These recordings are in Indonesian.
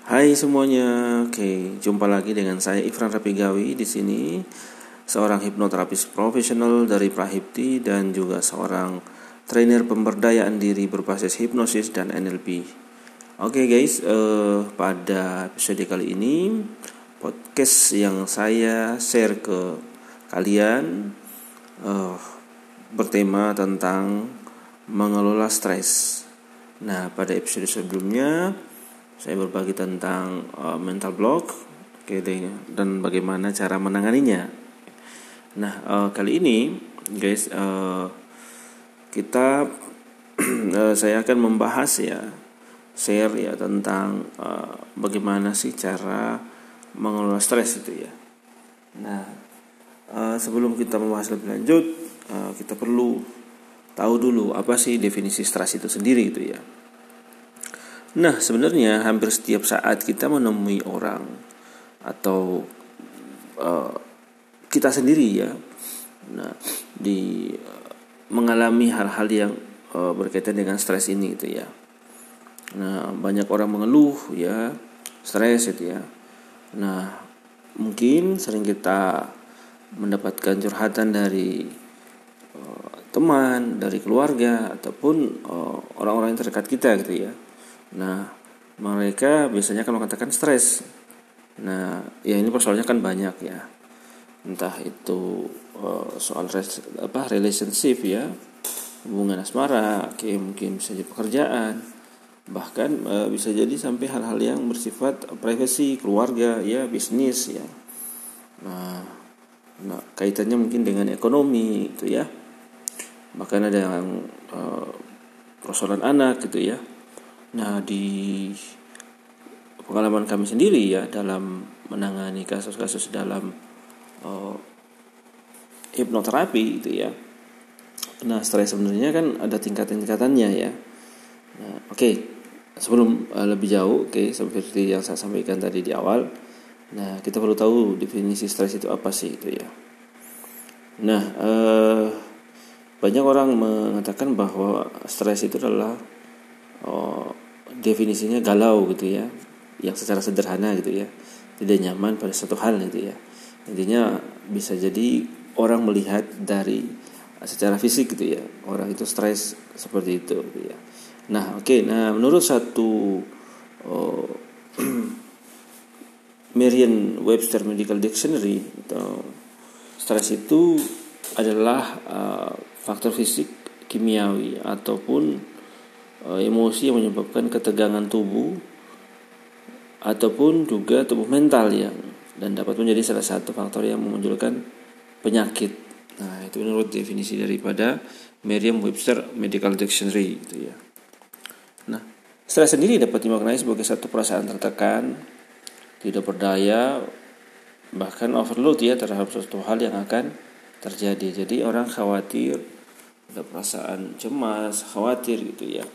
Hai semuanya, oke, jumpa lagi dengan saya Ifran Rapigawi di sini, seorang hipnoterapis profesional dari Prahipti dan juga seorang trainer pemberdayaan diri berbasis hipnosis dan NLP. Oke guys, pada episode kali ini podcast yang saya share ke kalian bertema tentang mengelola stres. Nah, pada episode sebelumnya saya berbagi tentang mental block, dan bagaimana cara menanganinya. Nah, kali ini guys, kita saya akan membahas share tentang bagaimana sih cara mengelola stres itu ya. Nah, sebelum kita membahas lebih lanjut, kita perlu tahu dulu apa sih definisi stres itu sendiri itu ya. Nah, sebenarnya hampir setiap saat kita menemui orang atau kita sendiri ya, mengalami hal-hal yang berkaitan dengan stres ini gitu ya. Nah, banyak orang mengeluh ya stres itu ya. Nah, mungkin sering kita mendapatkan curhatan dari teman, dari keluarga ataupun orang-orang yang terdekat kita gitu ya. Nah, mereka biasanya akan mengatakan stres. Nah, ya ini persoalannya kan banyak ya. Entah itu soal relationship ya, hubungan asmara, mungkin bisa jadi pekerjaan, bahkan bisa jadi sampai hal-hal yang bersifat privasi, keluarga ya, bisnis ya. Nah, kaitannya mungkin dengan ekonomi gitu ya. Bahkan ada yang persoalan anak gitu ya. Nah, di pengalaman kami sendiri ya dalam menangani kasus-kasus dalam hipnoterapi itu ya. Nah, stres sebenarnya kan ada tingkatan-tingkatannya ya. Nah, sebelum lebih jauh, seperti yang saya sampaikan tadi di awal. Nah, kita perlu tahu definisi stres itu apa sih itu ya. Nah, banyak orang mengatakan bahwa stres itu adalah definisinya galau gitu ya, yang secara sederhana gitu ya, tidak nyaman pada satu hal gitu ya. Intinya bisa jadi orang melihat dari secara fisik gitu ya, orang itu stres seperti itu gitu ya. Nah, menurut satu Merriam-Webster Medical Dictionary, stres itu adalah faktor fisik, kimiawi ataupun emosi yang menyebabkan ketegangan tubuh ataupun juga tubuh mental dan dapat menjadi salah satu faktor yang memunculkan penyakit. Nah, itu menurut definisi daripada Merriam-Webster Medical Dictionary gitu ya. Nah, stres sendiri dapat dimaknai sebagai satu perasaan tertekan, tidak berdaya, bahkan overload ya terhadap suatu hal yang akan terjadi. Jadi orang khawatir, ada perasaan cemas, khawatir gitu ya.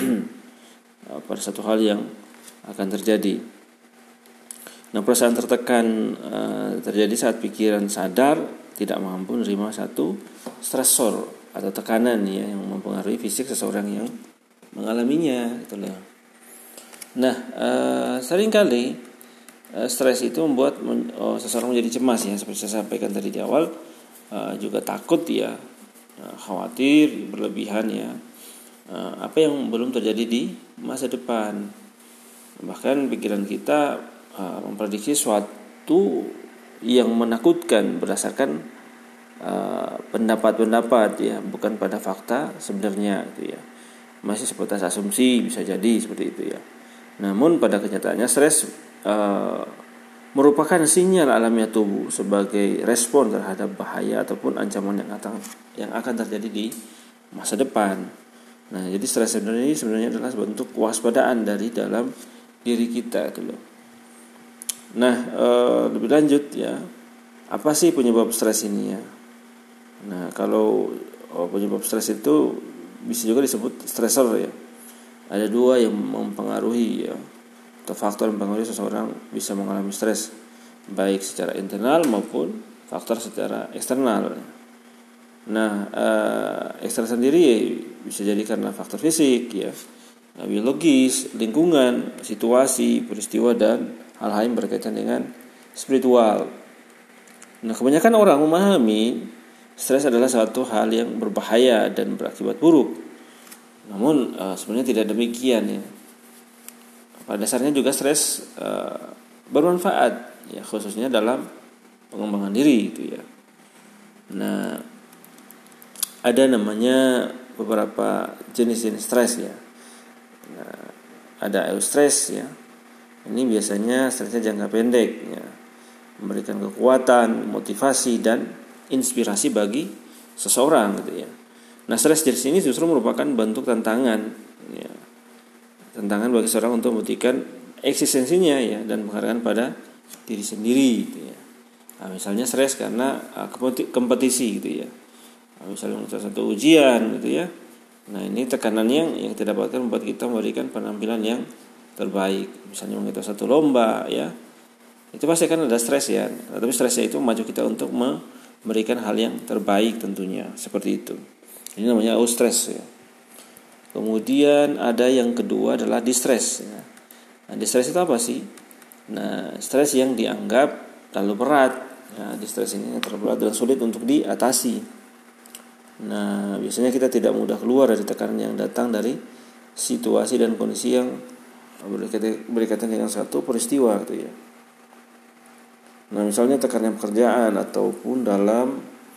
Pada satu hal yang akan terjadi. Nah, perasaan tertekan terjadi saat pikiran sadar tidak mampu menerima satu stresor atau tekanan ya yang mempengaruhi fisik seseorang yang mengalaminya itulah. Nah, seringkali stres itu membuat seseorang menjadi cemas ya, seperti saya sampaikan tadi di awal, juga takut ya, khawatir berlebihan ya. Apa yang belum terjadi di masa depan. Bahkan pikiran kita memprediksi suatu yang menakutkan berdasarkan pendapat-pendapat ya, bukan pada fakta sebenarnya gitu ya. Masih sebatas asumsi, bisa jadi seperti itu ya. Namun pada kenyataannya stres merupakan sinyal alamiah tubuh sebagai respon terhadap bahaya ataupun ancaman yang akan terjadi di masa depan. Nah, jadi stres sebenarnya adalah bentuk kewaspadaan dari dalam diri kita itu loh. Nah, lebih lanjut ya, apa sih penyebab stres ini ya? Nah, kalau penyebab stres itu bisa juga disebut stresor ya. Ada dua yang mempengaruhi ya, atau faktor yang mempengaruhi seseorang bisa mengalami stres, baik secara internal maupun faktor secara eksternal. Nah, eksternal sendiri bisa jadi karena faktor fisik ya, biologis, lingkungan, situasi, peristiwa, dan hal-hal yang berkaitan dengan spiritual. Nah, kebanyakan orang memahami stres adalah suatu hal yang berbahaya dan berakibat buruk. Namun sebenarnya tidak demikian ya. Pada dasarnya juga stres bermanfaat ya, khususnya dalam pengembangan diri gitu ya. Nah, ada namanya beberapa jenis-jenis stres ya. Nah, ada eustress ya. Ini biasanya stresnya jangka pendek ya, memberikan kekuatan, motivasi, dan inspirasi bagi seseorang gitu ya. Nah, stres jenis ini justru merupakan bentuk tantangan ya. Tantangan bagi seseorang untuk membuktikan eksistensinya ya, dan menghargai pada diri sendiri gitu ya. Nah, misalnya stres karena kompetisi gitu ya. Nah, misalnya untuk satu ujian gitu ya. Nah, ini tekanan yang kita dapatkan membuat kita memberikan penampilan yang terbaik. Misalnya mengikuti satu lomba ya. Itu pasti akan ada stres ya. Tapi stresnya itu memacu kita untuk memberikan hal yang terbaik tentunya. Seperti itu. Ini namanya eustress ya. Kemudian ada yang kedua adalah distress ya. Nah, distress itu apa sih? Nah, stres yang dianggap terlalu berat. Nah, distress ini terlalu berat dan sulit untuk diatasi. Nah, biasanya kita tidak mudah keluar dari tekanan yang datang dari situasi dan kondisi yang berkaitan dengan satu peristiwa gitu ya. Nah, misalnya tekanan pekerjaan ataupun dalam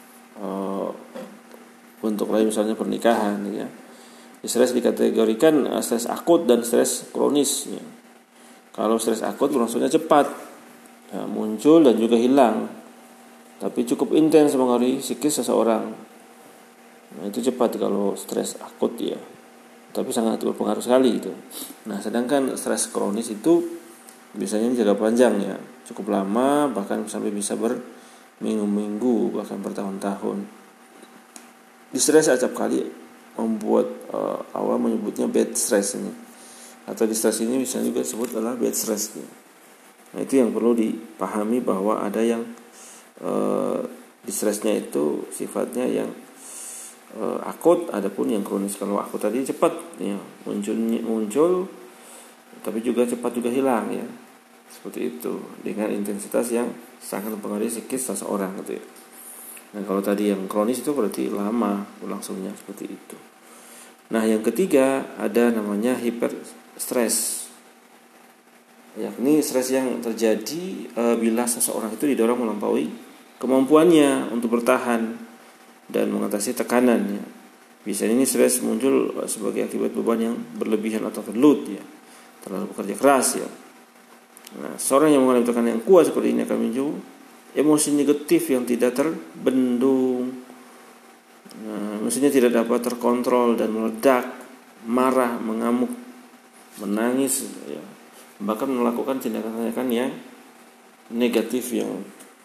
bentuk lain, misalnya pernikahan ya. Stres dikategorikan stres akut dan stres kronis ya. Kalau stres akut berlangsungnya cepat ya, muncul dan juga hilang, tapi cukup intens mempengaruhi psikis seseorang. Nah, itu cepat kalau stres akut ya, tapi sangat berpengaruh sekali itu. Nah, sedangkan stres kronis itu biasanya jangka panjang ya, cukup lama, bahkan sampai bisa berminggu-minggu, bahkan bertahun-tahun. Stres acap kali membuat awal menyebutnya bad stress ini, atau distress ini bisa juga disebut adalah bad stress. Nah, itu yang perlu dipahami, bahwa ada yang distressnya itu sifatnya yang akut, adapun yang kronis. Kalau akut tadi cepat ya, muncul tapi juga cepat juga hilang ya, seperti itu, dengan intensitas yang sangat mempengaruhi psikis seseorang gitu ya. Nah, kalau tadi yang kronis itu berarti lama berlangsungnya, seperti itu. Nah, yang ketiga ada namanya hiperstres, yakni stres yang terjadi bila seseorang itu didorong melampaui kemampuannya untuk bertahan dan mengatasi tekanannya. Biasanya ini stres muncul sebagai akibat beban yang berlebihan atau overload ya, terlalu bekerja keras ya. Nah, seorang yang mengalami tekanan yang kuat seperti ini akan muncul emosi negatif yang tidak terbendung. Nah, maksudnya tidak dapat terkontrol dan meledak, marah, mengamuk, menangis ya, bahkan melakukan tindakan-tindakan yang negatif yang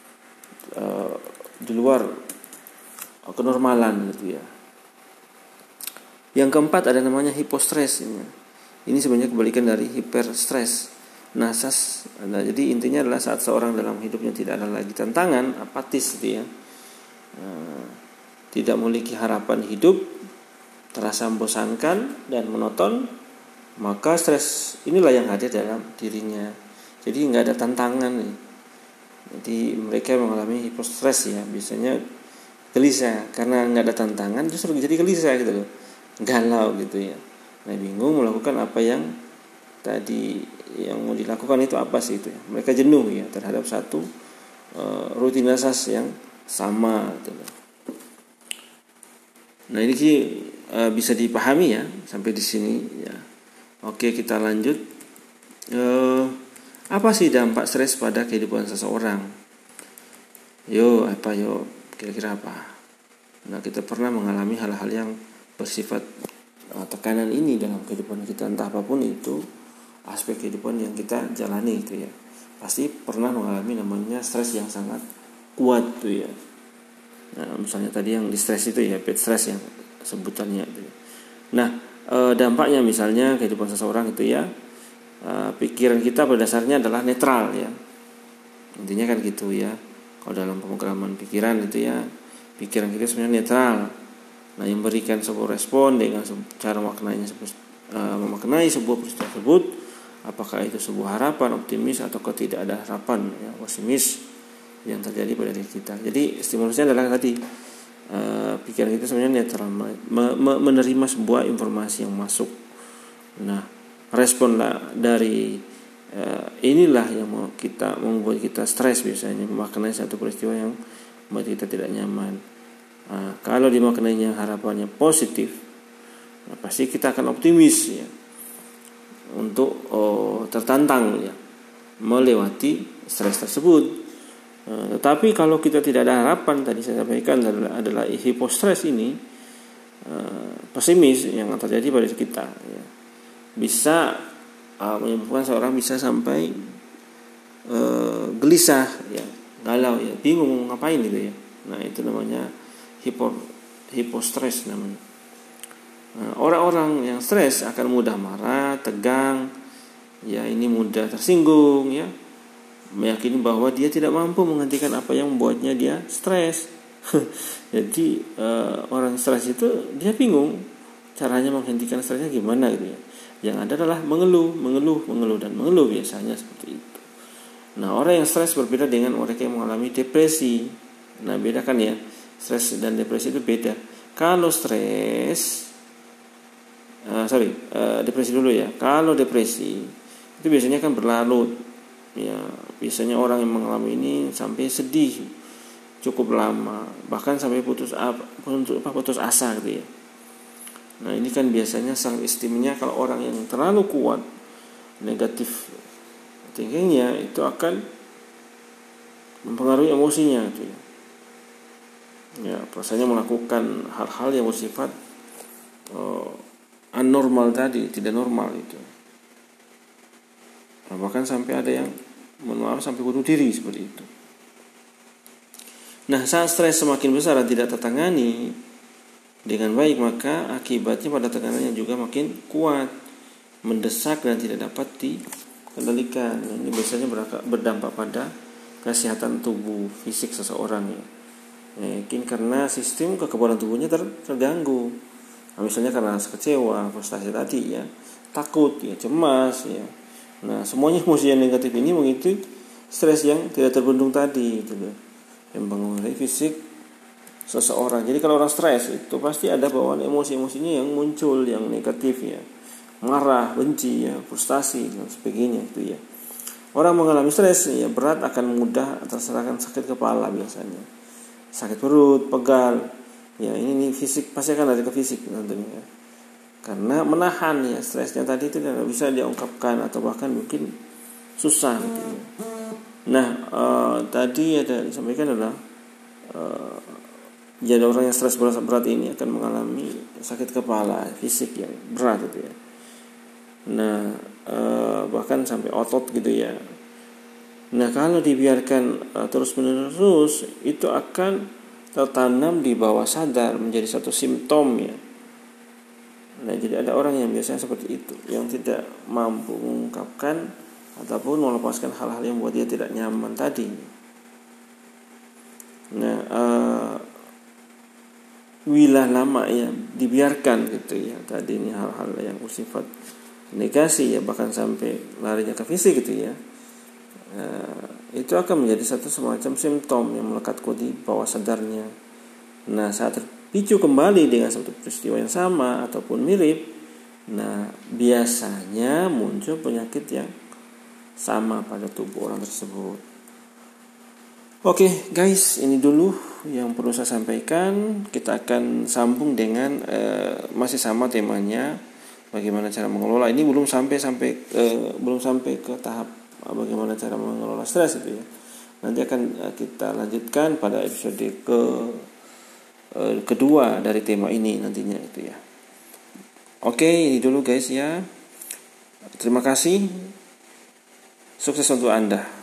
di luar kenormalan gitu ya. Yang keempat ada namanya hipostres. Ini sebenarnya kebalikan dari hiperstres. Nah, jadi intinya adalah saat seorang dalam hidupnya tidak ada lagi tantangan, apatis gitu ya, tidak memiliki harapan hidup, terasa membosankan dan monoton, maka stres inilah yang hadir dalam dirinya. Jadi nggak ada tantangan nih. Jadi mereka mengalami hipostres ya, biasanya gelisah karena nggak ada tantangan, justru jadi gelisah gitu loh, galau gitu ya. Nah, bingung melakukan apa yang tadi yang mau dilakukan itu apa sih itu ya. Mereka jenuh ya terhadap satu rutinitas yang sama gitu. Nah, ini sih bisa dipahami ya sampai di sini ya. Oke, kita lanjut. Apa sih dampak stres pada kehidupan seseorang? Kira-kira apa? Nah, kita pernah mengalami hal-hal yang bersifat tekanan ini dalam kehidupan kita, entah apapun itu aspek kehidupan yang kita jalani itu ya. Pasti pernah mengalami namanya stres yang sangat kuat tuh ya. Nah, misalnya tadi yang distress itu ya, bad stress yang sebutannya itu. Nah, dampaknya misalnya kehidupan seseorang itu ya, pikiran kita pada dasarnya adalah netral ya. Intinya kan gitu ya. Kalau dalam pemrograman pikiran itu ya, pikiran kita sebenarnya netral. Nah, yang memberikan sebuah respon dengan cara maknanya memaknai sebuah peristiwa tersebut, apakah itu sebuah harapan, optimis, atau tidak ada harapan, ya, pesimis yang terjadi pada diri kita. Jadi stimulusnya adalah tadi pikiran kita sebenarnya netral, menerima sebuah informasi yang masuk. Nah, responlah dari inilah yang membuat kita stres biasanya, memaknai satu peristiwa yang membuat kita tidak nyaman. Kalau dimaknainya harapannya positif, pasti kita akan optimis, ya, untuk tertantang, ya, melewati stres tersebut. Tetapi kalau kita tidak ada harapan, tadi saya sampaikan adalah hipostres ini, pesimis yang terjadi pada kita, ya, bisa menyebabkan seorang bisa sampai gelisah, ya, galau, ya, bingung ngapain gitu, ya. Nah, itu namanya hipostres namanya. Orang-orang yang stres akan mudah marah, tegang, ya, ini mudah tersinggung, ya, meyakini bahwa dia tidak mampu menghentikan apa yang membuatnya dia stres. Jadi orang stres itu dia bingung caranya menghentikan stresnya gimana gitu, ya. Yang ada adalah mengeluh dan mengeluh biasanya seperti itu. Nah, orang yang stres berbeda dengan orang yang mengalami depresi. Nah, beda kan, ya, stres dan depresi itu beda. Kalau stres depresi dulu, ya. Kalau depresi itu biasanya kan berlarut, ya. Biasanya orang yang mengalami ini sampai sedih cukup lama, bahkan sampai putus asa gitu, ya. Nah, ini kan biasanya sang istimenya kalau orang yang terlalu kuat negatif thinkingnya itu akan mempengaruhi emosinya gitu, ya. Ya, rasanya melakukan hal-hal yang bersifat anormal tadi, tidak normal itu. Nah, bahkan sampai ada yang sampai bunuh diri seperti itu. Nah, saat stres semakin besar dan tidak tertangani dengan baik, maka akibatnya pada tekanannya juga makin kuat, mendesak dan tidak dapat dikendalikan. Ini biasanya berdampak pada kesehatan tubuh fisik seseorang, ya. Mungkin karena sistem kekebalan tubuhnya terganggu. Nah, misalnya karena kecewa, frustasi tadi, ya, takut, ya, cemas, ya. Nah, semuanya emosi yang negatif ini mengikuti stres yang tidak terbendung tadi, gitu, yang mempengaruhi fisik seseorang. Jadi kalau orang stres itu pasti ada bawaan emosi-emosinya yang muncul yang negatif, ya, marah, benci, ya, frustasi dan sebagainya itu, ya. Orang mengalami stres, ya, berat akan mudah terserahkan sakit kepala biasanya, sakit perut, pegal, ya, ini fisik pasti akan ada ke fisik nantinya, ya. Karena menahan, ya, stresnya tadi itu tidak bisa diungkapkan atau bahkan mungkin susah gitu, ya. Nah, tadi ada disampaikan adalah jadi orang yang stres berat ini akan mengalami sakit kepala fisik yang berat gitu, ya. Nah, bahkan sampai otot gitu, ya. Nah, kalau dibiarkan terus-menerus itu akan tertanam di bawah sadar menjadi satu simptom, ya. Nah, jadi ada orang yang biasanya seperti itu, yang tidak mampu mengungkapkan ataupun melepaskan hal-hal yang membuat dia tidak nyaman tadi. Nah, bila lama, ya, dibiarkan gitu, ya, tadi ini hal-hal yang bersifat negasi, ya, bahkan sampai larinya ke fisik gitu, ya. Itu akan menjadi satu semacam simptom yang melekat kuat di bawah sadarnya. Nah, saat terpicu kembali dengan satu peristiwa yang sama ataupun mirip, nah, biasanya muncul penyakit yang sama pada tubuh orang tersebut. Oke, guys, ini dulu yang perlu saya sampaikan. Kita akan sambung dengan masih sama temanya, bagaimana cara mengelola. Ini belum sampai ke tahap bagaimana cara mengelola stres itu, ya. Nanti akan kita lanjutkan pada episode kedua dari tema ini nantinya itu, ya. Oke, ini dulu guys, ya. Terima kasih. Sukses untuk Anda.